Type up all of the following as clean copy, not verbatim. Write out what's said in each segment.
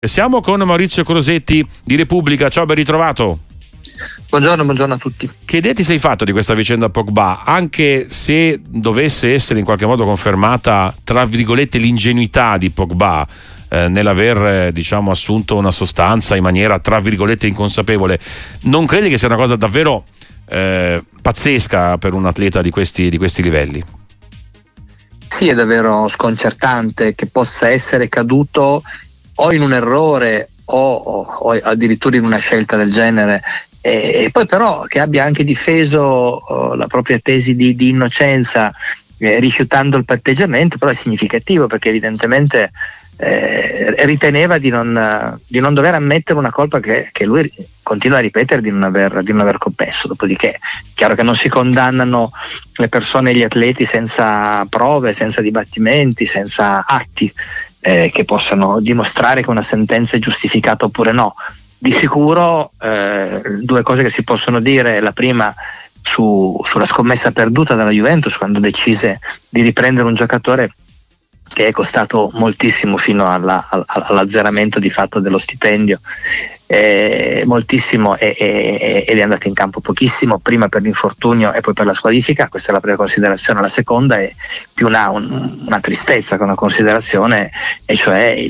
Siamo con Maurizio Crosetti di Repubblica. Ciao, ben ritrovato. Buongiorno a tutti. Che idea ti sei fatto di questa vicenda Pogba, anche se dovesse essere in qualche modo confermata, tra virgolette, l'ingenuità di Pogba nell'aver assunto una sostanza in maniera tra virgolette inconsapevole? Non credi che sia una cosa davvero pazzesca per un atleta di questi livelli? Sì, è davvero sconcertante che possa essere caduto o in un errore o addirittura in una scelta del genere, e poi però che abbia anche difeso la propria tesi di innocenza, rifiutando il patteggiamento. Però è significativo, perché evidentemente riteneva di non dover ammettere una colpa che lui continua a ripetere di non aver commesso. Dopodiché è chiaro che non si condannano le persone e gli atleti senza prove, senza dibattimenti, senza atti che possano dimostrare che una sentenza è giustificata oppure no. Di sicuro due cose che si possono dire: la prima sulla scommessa perduta dalla Juventus, quando decise di riprendere un giocatore che è costato moltissimo fino all'azzeramento di fatto dello stipendio, moltissimo, ed è andato in campo pochissimo, prima per l'infortunio e poi per la squalifica. Questa è la prima considerazione. La seconda è più una tristezza che una considerazione, e cioè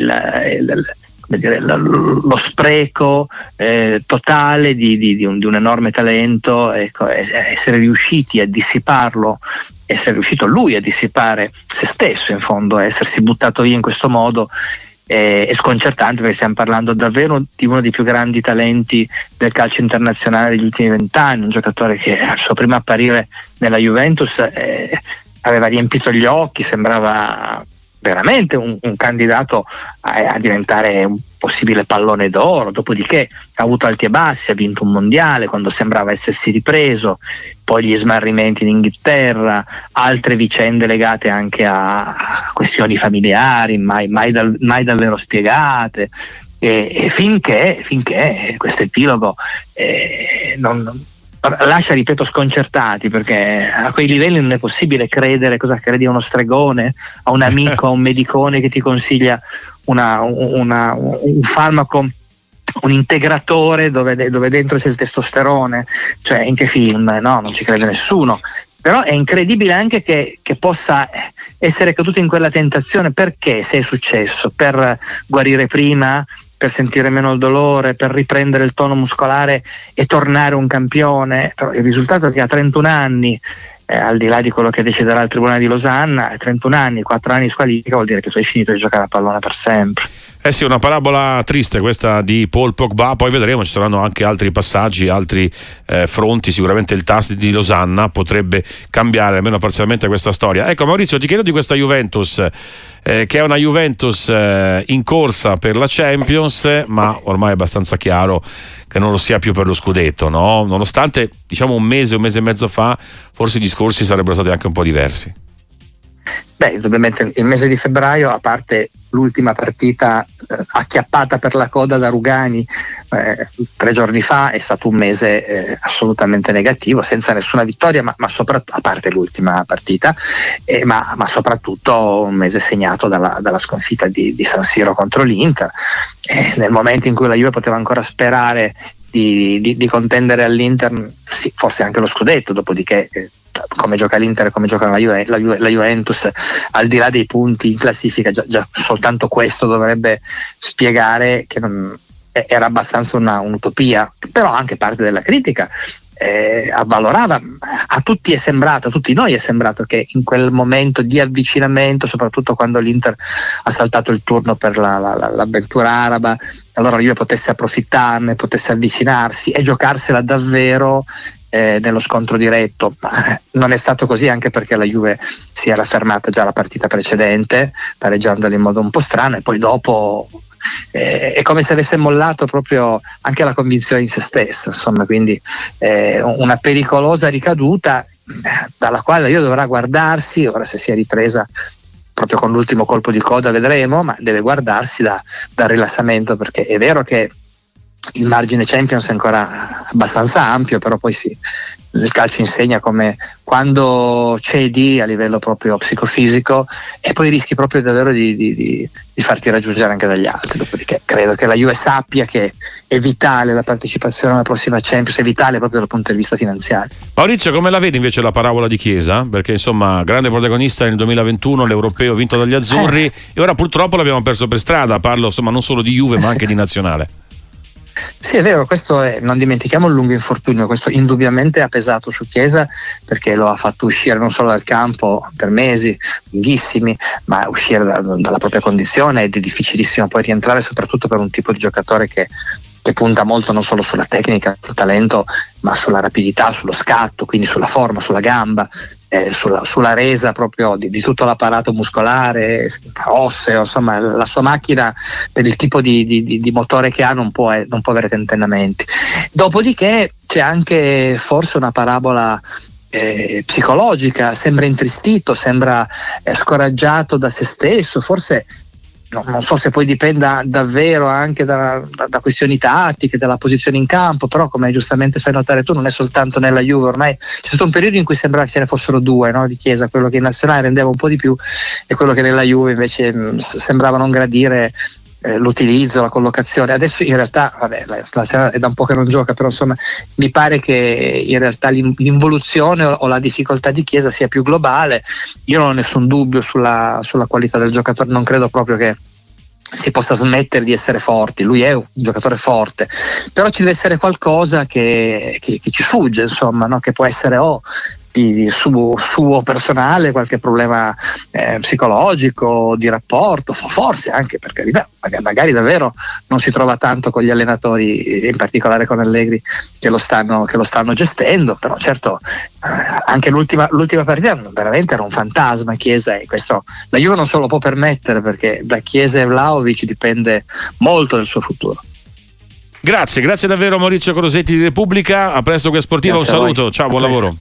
lo spreco totale di un enorme talento, essere riusciti a dissiparlo, essere riuscito lui a dissipare se stesso, in fondo, essersi buttato via in questo modo. È sconcertante, perché stiamo parlando davvero di uno dei più grandi talenti del calcio internazionale degli ultimi 20 anni, un giocatore che al suo primo apparire nella Juventus aveva riempito gli occhi, sembrava veramente un candidato a diventare un possibile pallone d'oro. Dopodiché ha avuto alti e bassi, ha vinto un mondiale quando sembrava essersi ripreso, poi gli smarrimenti in Inghilterra, altre vicende legate anche a questioni familiari mai davvero spiegate, e finché questo epilogo non lascia, ripeto, sconcertati, perché a quei livelli non è possibile credere. Cosa credi a uno stregone, a un amico, a un medicone che ti consiglia un farmaco, un integratore dove dentro c'è il testosterone? Cioè, in che film? No, non ci crede nessuno. Però è incredibile anche che possa essere caduto in quella tentazione. Perché? Se è successo per guarire prima, per sentire meno il dolore, per riprendere il tono muscolare e tornare un campione. Però il risultato è che a 31 anni, al di là di quello che deciderà il Tribunale di Losanna, a 31 anni, 4 anni di squalifica, vuol dire che tu hai finito di giocare a pallone per sempre. Eh sì, una parabola triste questa di Paul Pogba. Poi vedremo, ci saranno anche altri passaggi, altri fronti. Sicuramente il TAS di Losanna potrebbe cambiare almeno parzialmente questa storia. Ecco, Maurizio, ti chiedo di questa Juventus, che è una Juventus in corsa per la Champions, ma ormai è abbastanza chiaro che non lo sia più per lo scudetto, no? Nonostante, un mese e mezzo fa forse i discorsi sarebbero stati anche un po' diversi. Beh, ovviamente il mese di febbraio, a parte l'ultima partita acchiappata per la coda da Rugani 3 giorni fa, è stato un mese assolutamente negativo, senza nessuna vittoria, ma soprattutto, a parte l'ultima partita, ma soprattutto un mese segnato dalla sconfitta di San Siro contro l'Inter, nel momento in cui la Juve poteva ancora sperare di contendere all'Inter, sì, forse anche lo scudetto. Dopodiché come gioca l'Inter e come gioca la Juventus, al di là dei punti in classifica, già soltanto questo dovrebbe spiegare che era abbastanza un'utopia. Però anche parte della critica avvalorava, a tutti noi è sembrato che in quel momento di avvicinamento, soprattutto quando l'Inter ha saltato il turno per l'avventura araba, allora la Juve potesse approfittarne, potesse avvicinarsi e giocarsela davvero nello scontro diretto. Non è stato così, anche perché la Juve si era fermata già la partita precedente, pareggiandola in modo un po' strano, e poi dopo è come se avesse mollato proprio anche la convinzione in se stessa, insomma. Quindi una pericolosa ricaduta dalla quale io dovrà guardarsi. Ora, se si è ripresa proprio con l'ultimo colpo di coda vedremo, ma deve guardarsi dal rilassamento, perché è vero che il margine Champions è ancora abbastanza ampio, però poi sì, il calcio insegna come quando cedi a livello proprio psicofisico e poi rischi proprio davvero di farti raggiungere anche dagli altri. Dopodiché credo che la Juve sappia che è vitale la partecipazione alla prossima Champions, è vitale proprio dal punto di vista finanziario. Maurizio, come la vedi invece la parabola di Chiesa? Perché insomma grande protagonista nel 2021, l'europeo vinto dagli azzurri, e ora purtroppo l'abbiamo perso per strada. Parlo insomma non solo di Juve ma anche di nazionale. Sì, è vero, questo non dimentichiamo il lungo infortunio, questo indubbiamente ha pesato su Chiesa, perché lo ha fatto uscire non solo dal campo per mesi lunghissimi, ma uscire dalla propria condizione, ed è difficilissimo poi rientrare, soprattutto per un tipo di giocatore che punta molto non solo sulla tecnica, sul talento, ma sulla rapidità, sullo scatto, quindi sulla forma, sulla gamba, sulla resa proprio di tutto l'apparato muscolare, osseo, insomma la sua macchina per il tipo di motore che ha non può avere tentennamenti. Dopodiché c'è anche forse una parabola psicologica, sembra intristito, sembra scoraggiato da se stesso, forse non so se poi dipenda davvero anche da questioni tattiche, dalla posizione in campo, però come giustamente fai notare tu non è soltanto nella Juve, ormai c'è stato un periodo in cui sembrava che ce ne fossero due, no? Di Chiesa, quello che in nazionale rendeva un po' di più e quello che nella Juve invece sembrava non gradire l'utilizzo, la collocazione. Adesso in realtà la sera è da un po' che non gioca, però insomma mi pare che in realtà l'involuzione o la difficoltà di Chiesa sia più globale. Io non ho nessun dubbio sulla qualità del giocatore, non credo proprio che si possa smettere di essere forti, lui è un giocatore forte, però ci deve essere qualcosa che ci sfugge, insomma, no? Che può essere di suo personale, qualche problema psicologico, di rapporto, forse anche, per carità, magari davvero non si trova tanto con gli allenatori, in particolare con Allegri, che lo stanno gestendo, però certo anche l'ultima partita veramente era un fantasma Chiesa, e questo la Juve non se lo può permettere, perché da Chiesa e Vlahovic dipende molto del suo futuro. Grazie davvero Maurizio Crosetti di Repubblica, a presto qui a Sportiva, un saluto, ciao, buon lavoro.